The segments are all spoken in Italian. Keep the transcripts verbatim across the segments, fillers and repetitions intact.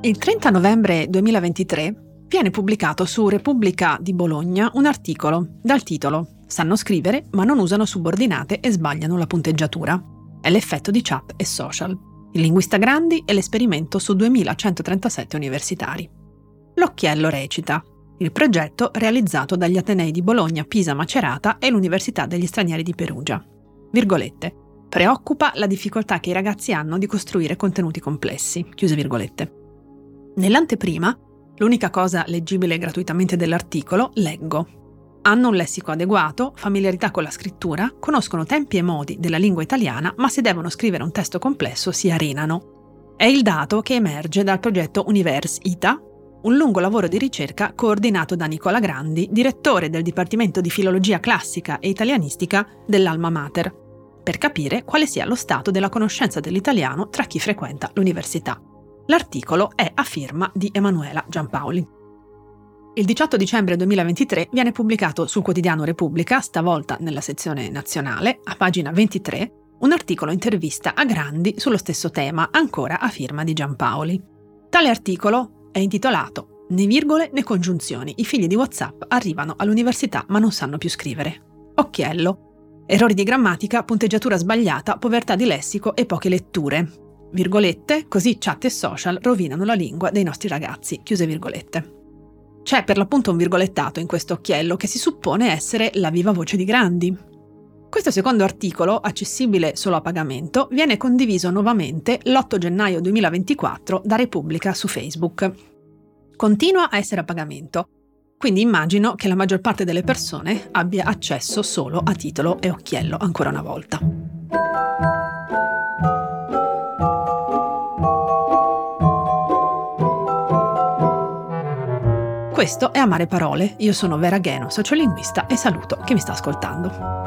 Il trenta novembre duemilaventitré viene pubblicato su Repubblica di Bologna un articolo dal titolo «Sanno scrivere ma non usano subordinate e sbagliano la punteggiatura. È l'effetto di chat e social. Il linguista Grandi e l'esperimento su duemilacentotrentasette universitari». L'occhiello recita: il progetto realizzato dagli Atenei di Bologna, Pisa, Macerata e l'Università degli Stranieri di Perugia. Virgolette. Preoccupa la difficoltà che i ragazzi hanno di costruire contenuti complessi. Chiuse virgolette. Nell'anteprima, l'unica cosa leggibile gratuitamente dell'articolo, leggo: hanno un lessico adeguato, familiarità con la scrittura, conoscono tempi e modi della lingua italiana, ma se devono scrivere un testo complesso si arenano. È il dato che emerge dal progetto Univers I T A, un lungo lavoro di ricerca coordinato da Nicola Grandi, direttore del Dipartimento di Filologia Classica e Italianistica dell'Alma Mater, per capire quale sia lo stato della conoscenza dell'italiano tra chi frequenta l'università. L'articolo è a firma di Emanuela Giampaoli. Il diciotto dicembre duemilaventitré viene pubblicato sul quotidiano Repubblica, stavolta nella sezione nazionale, a pagina ventitré, un articolo intervista a Grandi sullo stesso tema, ancora a firma di Giampaoli. Tale articolo è intitolato «Né virgole né congiunzioni, i figli di WhatsApp arrivano all'università ma non sanno più scrivere. Occhiello. Errori di grammatica, punteggiatura sbagliata, povertà di lessico e poche letture. Virgolette, così chat e social rovinano la lingua dei nostri ragazzi». Chiuse virgolette. C'è per l'appunto un virgolettato in questo occhiello che si suppone essere la viva voce di Grandi. Questo secondo articolo, accessibile solo a pagamento, viene condiviso nuovamente l'otto gennaio duemilaventiquattro da Repubblica su Facebook. Continua a essere a pagamento, quindi immagino che la maggior parte delle persone abbia accesso solo a titolo e occhiello ancora una volta. Questo è Amare Parole, io sono Vera Gheno, sociolinguista, e saluto chi mi sta ascoltando.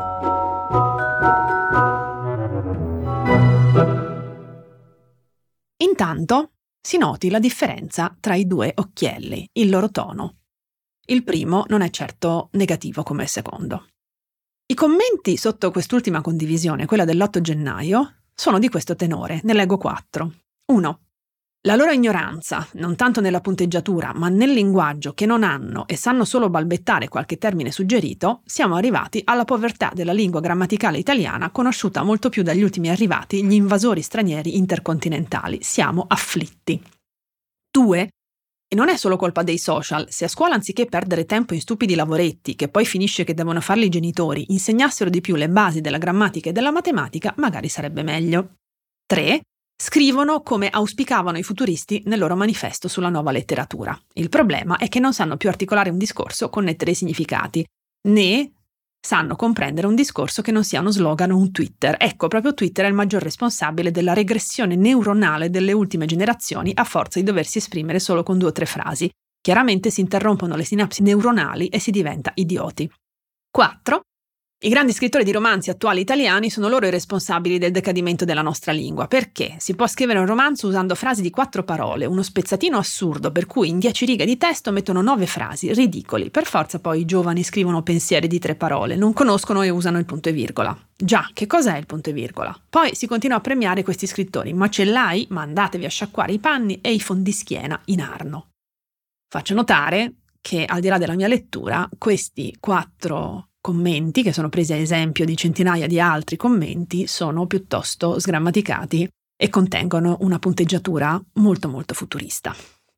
Intanto si noti la differenza tra i due occhielli, il loro tono. Il primo non è certo negativo come il secondo. I commenti sotto quest'ultima condivisione, quella dell'otto gennaio, sono di questo tenore, ne leggo quattro. uno. La loro ignoranza, non tanto nella punteggiatura, ma nel linguaggio che non hanno e sanno solo balbettare qualche termine suggerito, siamo arrivati alla povertà della lingua grammaticale italiana, conosciuta molto più dagli ultimi arrivati, gli invasori stranieri intercontinentali. Siamo afflitti. due. E non è solo colpa dei social. Se a scuola, anziché perdere tempo in stupidi lavoretti, che poi finisce che devono farli i genitori, insegnassero di più le basi della grammatica e della matematica, magari sarebbe meglio. tre. Scrivono come auspicavano i futuristi nel loro manifesto sulla nuova letteratura. Il problema è che non sanno più articolare un discorso con connettere i significati, né sanno comprendere un discorso che non sia uno slogan o un Twitter. Ecco, proprio Twitter è il maggior responsabile della regressione neuronale delle ultime generazioni a forza di doversi esprimere solo con due o tre frasi. Chiaramente si interrompono le sinapsi neuronali e si diventa idioti. quattro. I grandi scrittori di romanzi attuali italiani sono loro i responsabili del decadimento della nostra lingua. Perché? Si può scrivere un romanzo usando frasi di quattro parole, uno spezzatino assurdo per cui in dieci righe di testo mettono nove frasi, ridicoli. Per forza poi i giovani scrivono pensieri di tre parole, non conoscono e usano il punto e virgola. Già, che cos'è il punto e virgola? Poi si continua a premiare questi scrittori, macellai, ma andatevi a sciacquare i panni e i fondischiena in Arno. Faccio notare che, al di là della mia lettura, questi quattro commenti, che sono presi a esempio di centinaia di altri commenti, sono piuttosto sgrammaticati e contengono una punteggiatura molto molto futurista.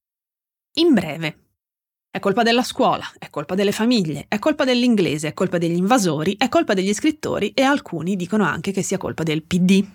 In breve, è colpa della scuola, è colpa delle famiglie, è colpa dell'inglese, è colpa degli invasori, è colpa degli scrittori e alcuni dicono anche che sia colpa del P D.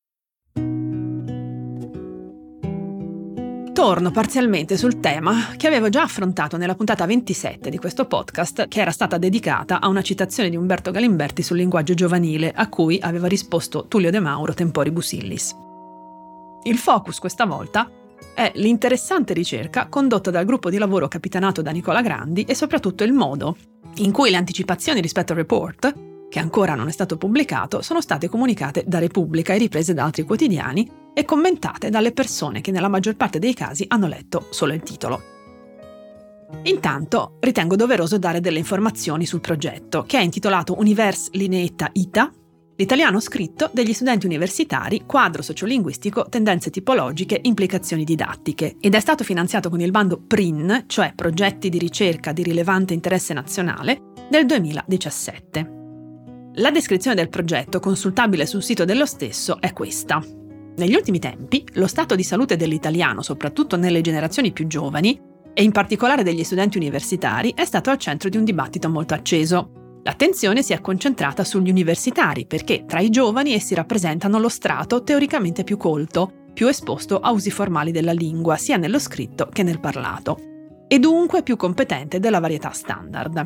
Torno parzialmente sul tema che avevo già affrontato nella puntata ventisette di questo podcast, che era stata dedicata a una citazione di Umberto Galimberti sul linguaggio giovanile, a cui aveva risposto Tullio De Mauro temporibus illis. Il focus questa volta è l'interessante ricerca condotta dal gruppo di lavoro capitanato da Nicola Grandi e soprattutto il modo in cui le anticipazioni rispetto al report, che ancora non è stato pubblicato, sono state comunicate da Repubblica e riprese da altri quotidiani e commentate dalle persone che nella maggior parte dei casi hanno letto solo il titolo. Intanto ritengo doveroso dare delle informazioni sul progetto, che è intitolato Univers Lineetta I T A L'italiano scritto degli studenti universitari, quadro sociolinguistico, tendenze tipologiche, implicazioni didattiche, ed è stato finanziato con il bando P R I N, cioè Progetti di ricerca di rilevante interesse nazionale, del duemiladiciassette. La descrizione del progetto, consultabile sul sito dello stesso, è questa. Negli ultimi tempi, lo stato di salute dell'italiano, soprattutto nelle generazioni più giovani, e in particolare degli studenti universitari, è stato al centro di un dibattito molto acceso. L'attenzione si è concentrata sugli universitari perché tra i giovani essi rappresentano lo strato teoricamente più colto, più esposto a usi formali della lingua, sia nello scritto che nel parlato, e dunque più competente della varietà standard.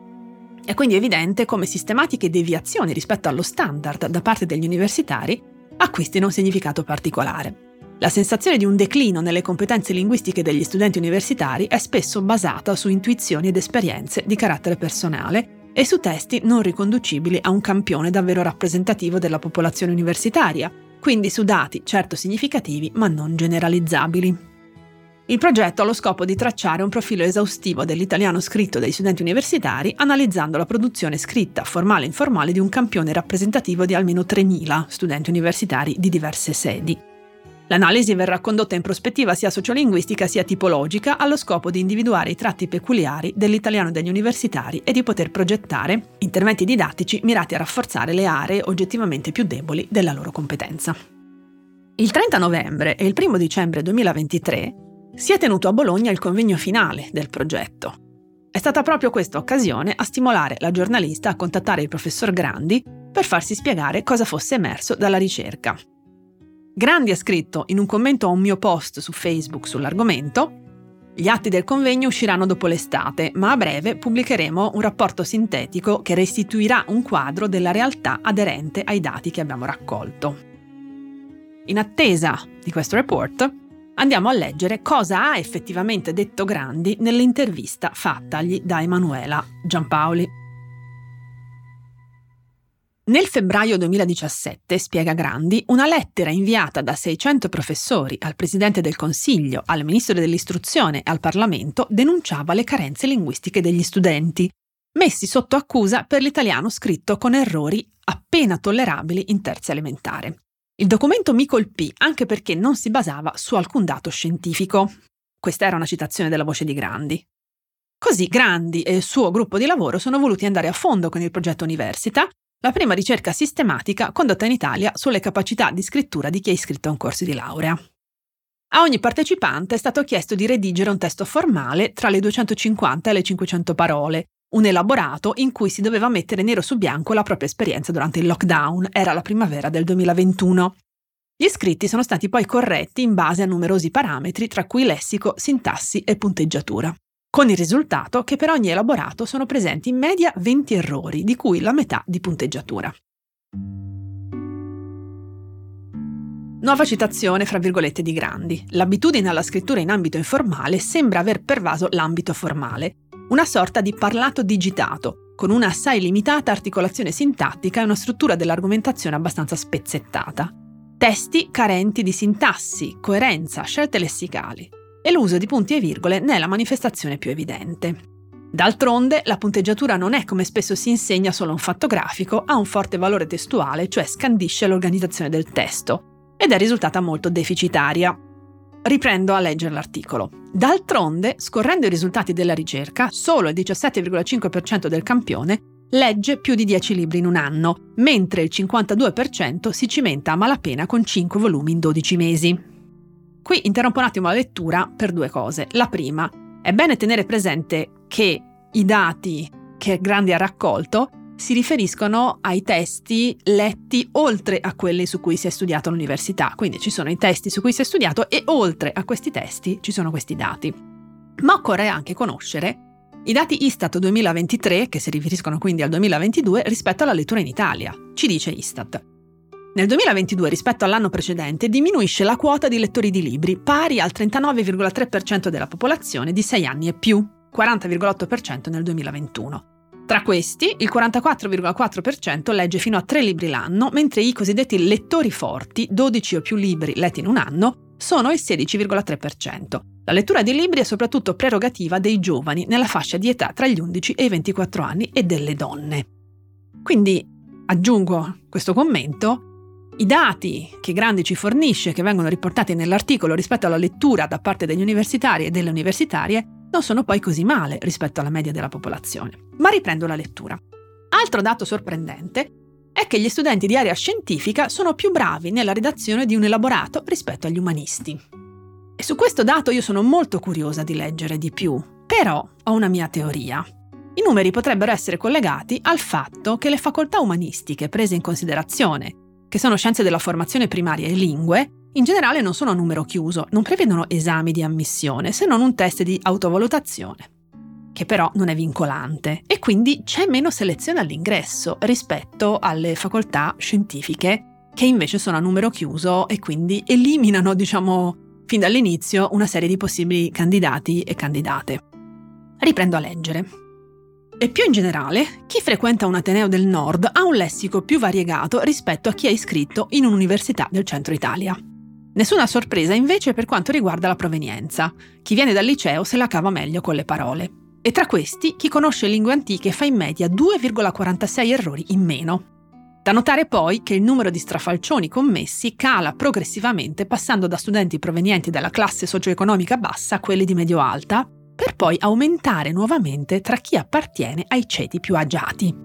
È quindi evidente come sistematiche deviazioni rispetto allo standard da parte degli universitari acquistino un significato particolare. La sensazione di un declino nelle competenze linguistiche degli studenti universitari è spesso basata su intuizioni ed esperienze di carattere personale e su testi non riconducibili a un campione davvero rappresentativo della popolazione universitaria, quindi su dati certo significativi ma non generalizzabili. Il progetto ha lo scopo di tracciare un profilo esaustivo dell'italiano scritto dai studenti universitari, analizzando la produzione scritta, formale e informale di un campione rappresentativo di almeno tremila studenti universitari di diverse sedi. L'analisi verrà condotta in prospettiva sia sociolinguistica sia tipologica, allo scopo di individuare i tratti peculiari dell'italiano degli universitari e di poter progettare interventi didattici mirati a rafforzare le aree oggettivamente più deboli della loro competenza. Il trenta novembre e il primo dicembre duemilaventitré si è tenuto a Bologna il convegno finale del progetto. È stata proprio questa occasione a stimolare la giornalista a contattare il professor Grandi per farsi spiegare cosa fosse emerso dalla ricerca. Grandi ha scritto in un commento a un mio post su Facebook sull'argomento: gli atti del convegno usciranno dopo l'estate, ma a breve pubblicheremo un rapporto sintetico che restituirà un quadro della realtà aderente ai dati che abbiamo raccolto. In attesa di questo report, andiamo a leggere cosa ha effettivamente detto Grandi nell'intervista fattagli da Emanuela Giampaoli. Nel febbraio duemiladiciassette, spiega Grandi, una lettera inviata da seicento professori al Presidente del Consiglio, al Ministro dell'Istruzione e al Parlamento denunciava le carenze linguistiche degli studenti, messi sotto accusa per l'italiano scritto con errori appena tollerabili in terza elementare. Il documento mi colpì anche perché non si basava su alcun dato scientifico. Questa era una citazione della voce di Grandi. Così Grandi e il suo gruppo di lavoro sono voluti andare a fondo con il progetto Università, la prima ricerca sistematica condotta in Italia sulle capacità di scrittura di chi è iscritto a un corso di laurea. A ogni partecipante è stato chiesto di redigere un testo formale tra le duecentocinquanta e le cinquecento parole, un elaborato in cui si doveva mettere nero su bianco la propria esperienza durante il lockdown, era la primavera del duemilaventuno. Gli scritti sono stati poi corretti in base a numerosi parametri, tra cui lessico, sintassi e punteggiatura, con il risultato che per ogni elaborato sono presenti in media venti errori, di cui la metà di punteggiatura. Nuova citazione, fra virgolette, di Grandi. L'abitudine alla scrittura in ambito informale sembra aver pervaso l'ambito formale, una sorta di parlato digitato, con una assai limitata articolazione sintattica e una struttura dell'argomentazione abbastanza spezzettata. Testi carenti di sintassi, coerenza, scelte lessicali. E l'uso di punti e virgole ne è la manifestazione più evidente. D'altronde, la punteggiatura non è, come spesso si insegna, solo un fatto grafico, ha un forte valore testuale, cioè scandisce l'organizzazione del testo, ed è risultata molto deficitaria. Riprendo a leggere l'articolo. D'altronde, scorrendo i risultati della ricerca, solo il diciassette virgola cinque per cento del campione legge più di dieci libri in un anno, mentre il cinquantadue per cento si cimenta a malapena con cinque volumi in dodici mesi. Qui interrompo un attimo la lettura per due cose. La prima, è bene tenere presente che i dati che Grandi ha raccolto si riferiscono ai testi letti oltre a quelli su cui si è studiato all'università. Quindi ci sono i testi su cui si è studiato e oltre a questi testi ci sono questi dati. Ma occorre anche conoscere i dati Istat duemilaventitré, che si riferiscono quindi al duemilaventidue, rispetto alla lettura in Italia. Ci dice Istat: nel duemilaventidue, rispetto all'anno precedente, diminuisce la quota di lettori di libri, pari al trentanove virgola tre per cento della popolazione di sei anni e più, quaranta virgola otto per cento nel duemilaventuno. Tra questi, il quarantaquattro virgola quattro per cento legge fino a tre libri l'anno, mentre i cosiddetti lettori forti, dodici o più libri letti in un anno, sono il sedici virgola tre per cento. La lettura di libri è soprattutto prerogativa dei giovani nella fascia di età tra gli undici e i ventiquattro anni e delle donne. Quindi Aggiungo questo commento: i dati che Grandi ci fornisce, che vengono riportati nell'articolo rispetto alla lettura da parte degli universitari e delle universitarie, non sono poi così male rispetto alla media della popolazione. Ma riprendo la lettura. Altro dato sorprendente è che gli studenti di area scientifica sono più bravi nella redazione di un elaborato rispetto agli umanisti. E su questo dato io sono molto curiosa di leggere di più, però ho una mia teoria. I numeri potrebbero essere collegati al fatto che le facoltà umanistiche prese in considerazione, che sono scienze della formazione primaria e lingue, in generale non sono a numero chiuso, non prevedono esami di ammissione, se non un test di autovalutazione, che però non è vincolante, e quindi c'è meno selezione all'ingresso rispetto alle facoltà scientifiche, che invece sono a numero chiuso e quindi eliminano, diciamo, fin dall'inizio una serie di possibili candidati e candidate. Riprendo a leggere. E più in generale, chi frequenta un ateneo del nord ha un lessico più variegato rispetto a chi è iscritto in un'università del centro Italia. Nessuna sorpresa invece per quanto riguarda la provenienza. Chi viene dal liceo se la cava meglio con le parole. E tra questi, chi conosce lingue antiche fa in media due virgola quarantasei errori in meno. Da notare poi che il numero di strafalcioni commessi cala progressivamente passando da studenti provenienti dalla classe socio-economica bassa a quelli di medio-alta, per poi aumentare nuovamente tra chi appartiene ai ceti più agiati.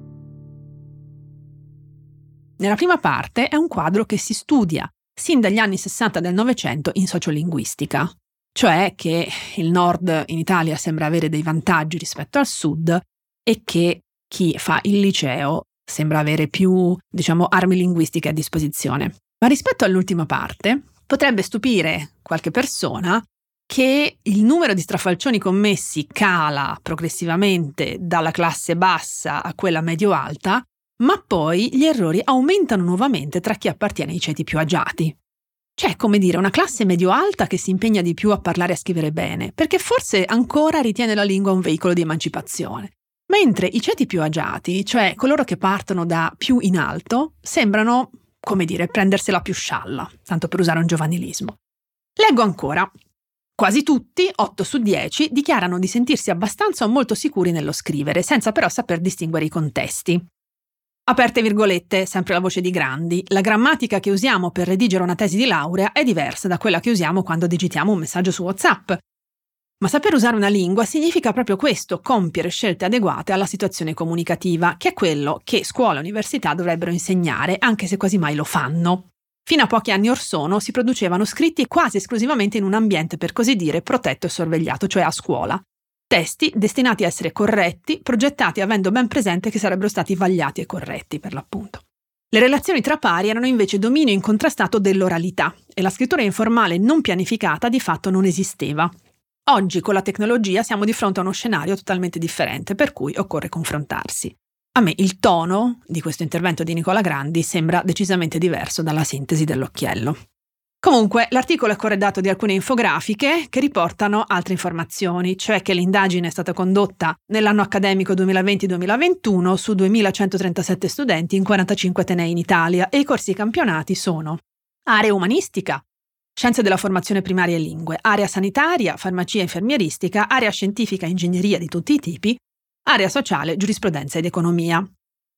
Nella prima parte è un quadro che si studia sin dagli anni sessanta del Novecento in sociolinguistica, cioè che il nord in Italia sembra avere dei vantaggi rispetto al sud e che chi fa il liceo sembra avere più, diciamo, armi linguistiche a disposizione. Ma rispetto all'ultima parte, potrebbe stupire qualche persona che il numero di strafalcioni commessi cala progressivamente dalla classe bassa a quella medio-alta, ma poi gli errori aumentano nuovamente tra chi appartiene ai ceti più agiati. C'è, come dire, una classe medio-alta che si impegna di più a parlare e a scrivere bene, perché forse ancora ritiene la lingua un veicolo di emancipazione. Mentre i ceti più agiati, cioè coloro che partono da più in alto, sembrano, come dire, prendersela più scialla, tanto per usare un giovanilismo. Leggo ancora. Quasi tutti, otto su dieci, dichiarano di sentirsi abbastanza o molto sicuri nello scrivere, senza però saper distinguere i contesti. Aperte virgolette, sempre la voce di Grandi, la grammatica che usiamo per redigere una tesi di laurea è diversa da quella che usiamo quando digitiamo un messaggio su WhatsApp. Ma saper usare una lingua significa proprio questo, compiere scelte adeguate alla situazione comunicativa, che è quello che scuola e università dovrebbero insegnare, anche se quasi mai lo fanno. Fino a pochi anni or sono si producevano scritti quasi esclusivamente in un ambiente, per così dire, protetto e sorvegliato, cioè a scuola. Testi destinati a essere corretti, progettati avendo ben presente che sarebbero stati vagliati e corretti, per l'appunto. Le relazioni tra pari erano invece dominio incontrastato dell'oralità e la scrittura informale non pianificata di fatto non esisteva. Oggi, con la tecnologia, siamo di fronte a uno scenario totalmente differente, per cui occorre confrontarsi. A me il tono di questo intervento di Nicola Grandi sembra decisamente diverso dalla sintesi dell'occhiello. Comunque, l'articolo è corredato di alcune infografiche che riportano altre informazioni, cioè che l'indagine è stata condotta nell'anno accademico duemilaventi duemilaventuno su duemilacentotrentasette studenti in quarantacinque atenei in Italia e i corsi campionati sono area umanistica, scienze della formazione primaria e lingue, area sanitaria, farmacia e infermieristica, area scientifica e ingegneria di tutti i tipi, area sociale, giurisprudenza ed economia.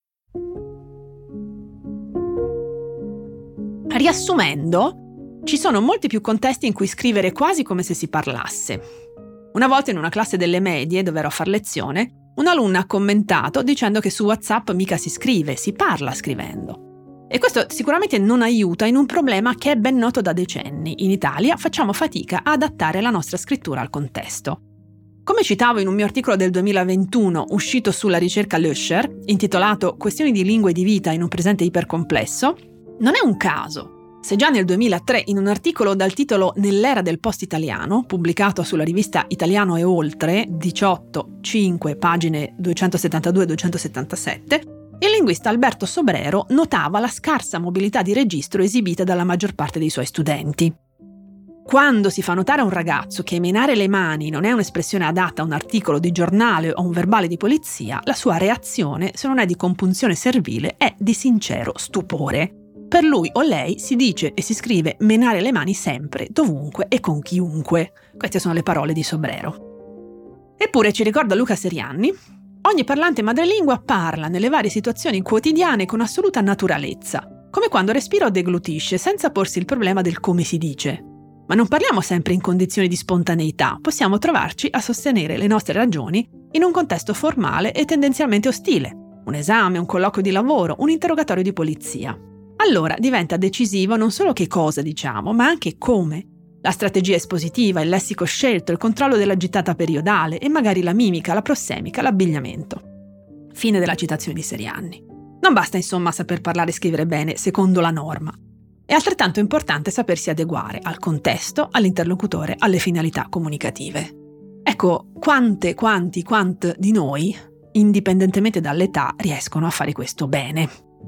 Riassumendo, ci sono molti più contesti in cui scrivere quasi come se si parlasse. Una volta in una classe delle medie, dove ero a far lezione, un'alunna ha commentato dicendo che su WhatsApp mica si scrive, si parla scrivendo. E questo sicuramente non aiuta in un problema che è ben noto da decenni. In Italia facciamo fatica a adattare la nostra scrittura al contesto. Come citavo in un mio articolo del duemilaventuno uscito sulla ricerca Löscher, intitolato Questioni di lingua e di vita in un presente ipercomplesso, non è un caso se già nel duemilatré, in un articolo dal titolo Nell'era del post-italiano, pubblicato sulla rivista Italiano e Oltre, diciotto cinque, pagine duecentosettantadue duecentosettantasette, il linguista Alberto Sobrero notava la scarsa mobilità di registro esibita dalla maggior parte dei suoi studenti. Quando si fa notare a un ragazzo che menare le mani non è un'espressione adatta a un articolo di giornale o un verbale di polizia, la sua reazione, se non è di compunzione servile, è di sincero stupore. Per lui o lei si dice e si scrive menare le mani sempre, dovunque e con chiunque. Queste sono le parole di Sobrero. Eppure ci ricorda Luca Serianni Ogni parlante madrelingua parla nelle varie situazioni quotidiane con assoluta naturalezza, come quando respira o deglutisce, senza porsi il problema del come si dice. Ma non parliamo sempre in condizioni di spontaneità, possiamo trovarci a sostenere le nostre ragioni in un contesto formale e tendenzialmente ostile. Un esame, un colloquio di lavoro, un interrogatorio di polizia. Allora diventa decisivo non solo che cosa diciamo, ma anche come. La strategia espositiva, il lessico scelto, il controllo della gittata periodale e magari la mimica, la prossemica, l'abbigliamento. Fine della citazione di Serianni. Non basta insomma saper parlare e scrivere bene secondo la norma. È altrettanto importante sapersi adeguare al contesto, all'interlocutore, alle finalità comunicative. Ecco, quante, quanti, quant di noi, indipendentemente dall'età, riescono a fare questo bene.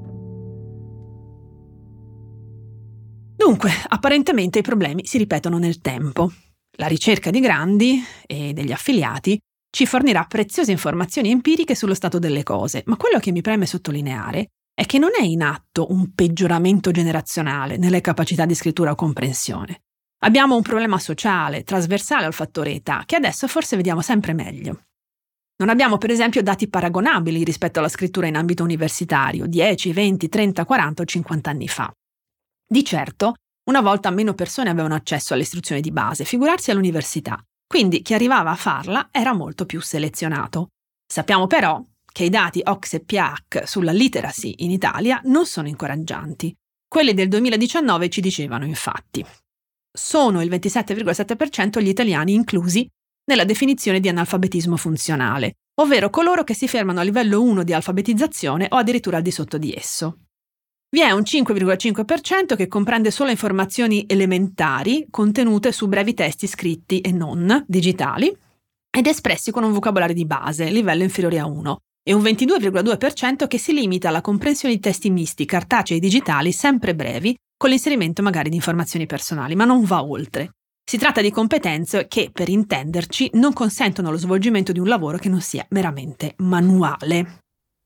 Dunque, apparentemente i problemi si ripetono nel tempo. La ricerca di Grandi e degli affiliati ci fornirà preziose informazioni empiriche sullo stato delle cose, ma quello che mi preme sottolineare è che non è in atto un peggioramento generazionale nelle capacità di scrittura o comprensione. Abbiamo un problema sociale, trasversale al fattore età, che adesso forse vediamo sempre meglio. Non abbiamo per esempio dati paragonabili rispetto alla scrittura in ambito universitario, dieci, venti, trenta, quaranta o cinquanta anni fa. Di certo, una volta meno persone avevano accesso all'istruzione di base, figurarsi all'università, quindi chi arrivava a farla era molto più selezionato. Sappiamo però che i dati O C S E P H sulla literacy in Italia non sono incoraggianti. Quelli del duemiladiciannove ci dicevano infatti: sono il ventisette virgola sette per cento gli italiani inclusi nella definizione di analfabetismo funzionale, ovvero coloro che si fermano a livello uno di alfabetizzazione o addirittura al di sotto di esso. Vi è un cinque virgola cinque per cento che comprende solo informazioni elementari contenute su brevi testi scritti e non digitali ed espressi con un vocabolario di base, livello inferiore a uno, e un ventidue virgola due per cento che si limita alla comprensione di testi misti, cartacei e digitali, sempre brevi, con l'inserimento magari di informazioni personali, ma non va oltre. Si tratta di competenze che, per intenderci, non consentono lo svolgimento di un lavoro che non sia meramente manuale.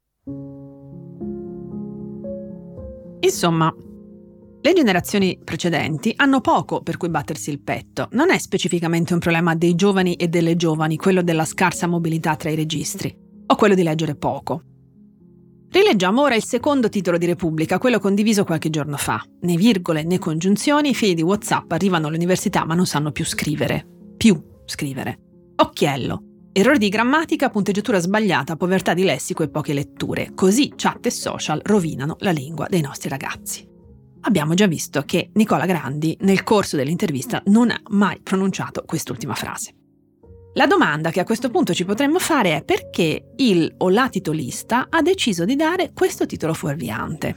Insomma, le generazioni precedenti hanno poco per cui battersi il petto. Non è specificamente un problema dei giovani e delle giovani, quello della scarsa mobilità tra i registri, o quello di leggere poco. Rileggiamo ora il secondo titolo di Repubblica, quello condiviso qualche giorno fa. Né virgole né congiunzioni, i figli di WhatsApp arrivano all'università ma non sanno più scrivere. Più scrivere. Occhiello. Errori di grammatica, punteggiatura sbagliata, povertà di lessico e poche letture. Così chat e social rovinano la lingua dei nostri ragazzi. Abbiamo già visto che Nicola Grandi, nel corso dell'intervista, non ha mai pronunciato quest'ultima frase. La domanda che a questo punto ci potremmo fare è perché il o la titolista ha deciso di dare questo titolo fuorviante.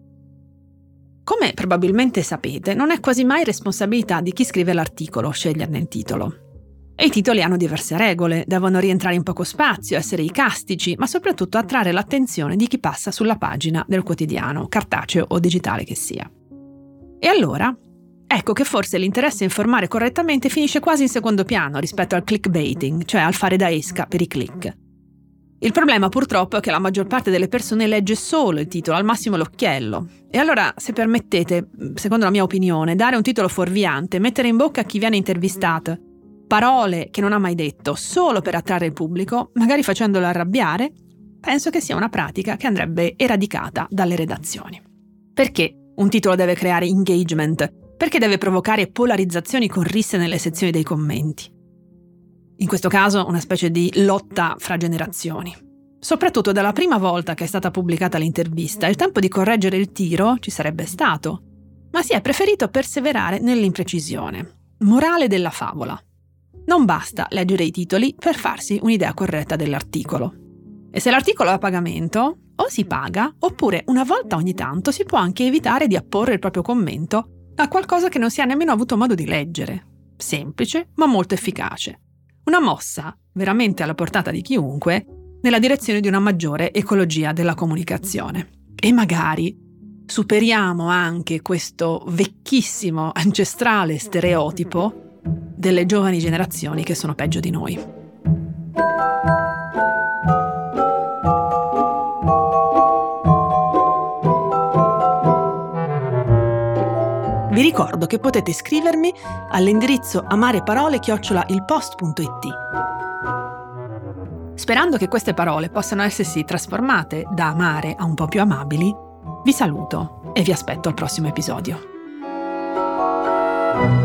Come probabilmente sapete, non è quasi mai responsabilità di chi scrive l'articolo sceglierne il titolo. E i titoli hanno diverse regole, devono rientrare in poco spazio, essere icastici, ma soprattutto attrarre l'attenzione di chi passa sulla pagina del quotidiano, cartaceo o digitale che sia. E allora, ecco che forse l'interesse a informare correttamente finisce quasi in secondo piano rispetto al clickbaiting, cioè al fare da esca per i click. Il problema purtroppo è che la maggior parte delle persone legge solo il titolo, al massimo l'occhiello. E allora, se permettete, secondo la mia opinione, dare un titolo fuorviante, mettere in bocca a chi viene intervistato parole che non ha mai detto solo per attrarre il pubblico, magari facendolo arrabbiare, penso che sia una pratica che andrebbe eradicata dalle redazioni. Perché un titolo deve creare engagement? Perché deve provocare polarizzazioni con risse nelle sezioni dei commenti? In questo caso una specie di lotta fra generazioni. Soprattutto dalla prima volta che è stata pubblicata l'intervista, il tempo di correggere il tiro ci sarebbe stato, ma si è preferito perseverare nell'imprecisione. Morale della favola. Non basta leggere i titoli per farsi un'idea corretta dell'articolo. E se l'articolo è a pagamento, o si paga, oppure una volta ogni tanto si può anche evitare di apporre il proprio commento a qualcosa che non si ha nemmeno avuto modo di leggere. Semplice, ma molto efficace. Una mossa veramente alla portata di chiunque nella direzione di una maggiore ecologia della comunicazione. E magari superiamo anche questo vecchissimo, ancestrale stereotipo delle giovani generazioni che sono peggio di noi. Vi ricordo che potete scrivermi all'indirizzo amareparole chiocciola ilpost punto it. Sperando che queste parole possano essersi trasformate da amare a un po' più amabili, vi saluto e vi aspetto al prossimo episodio.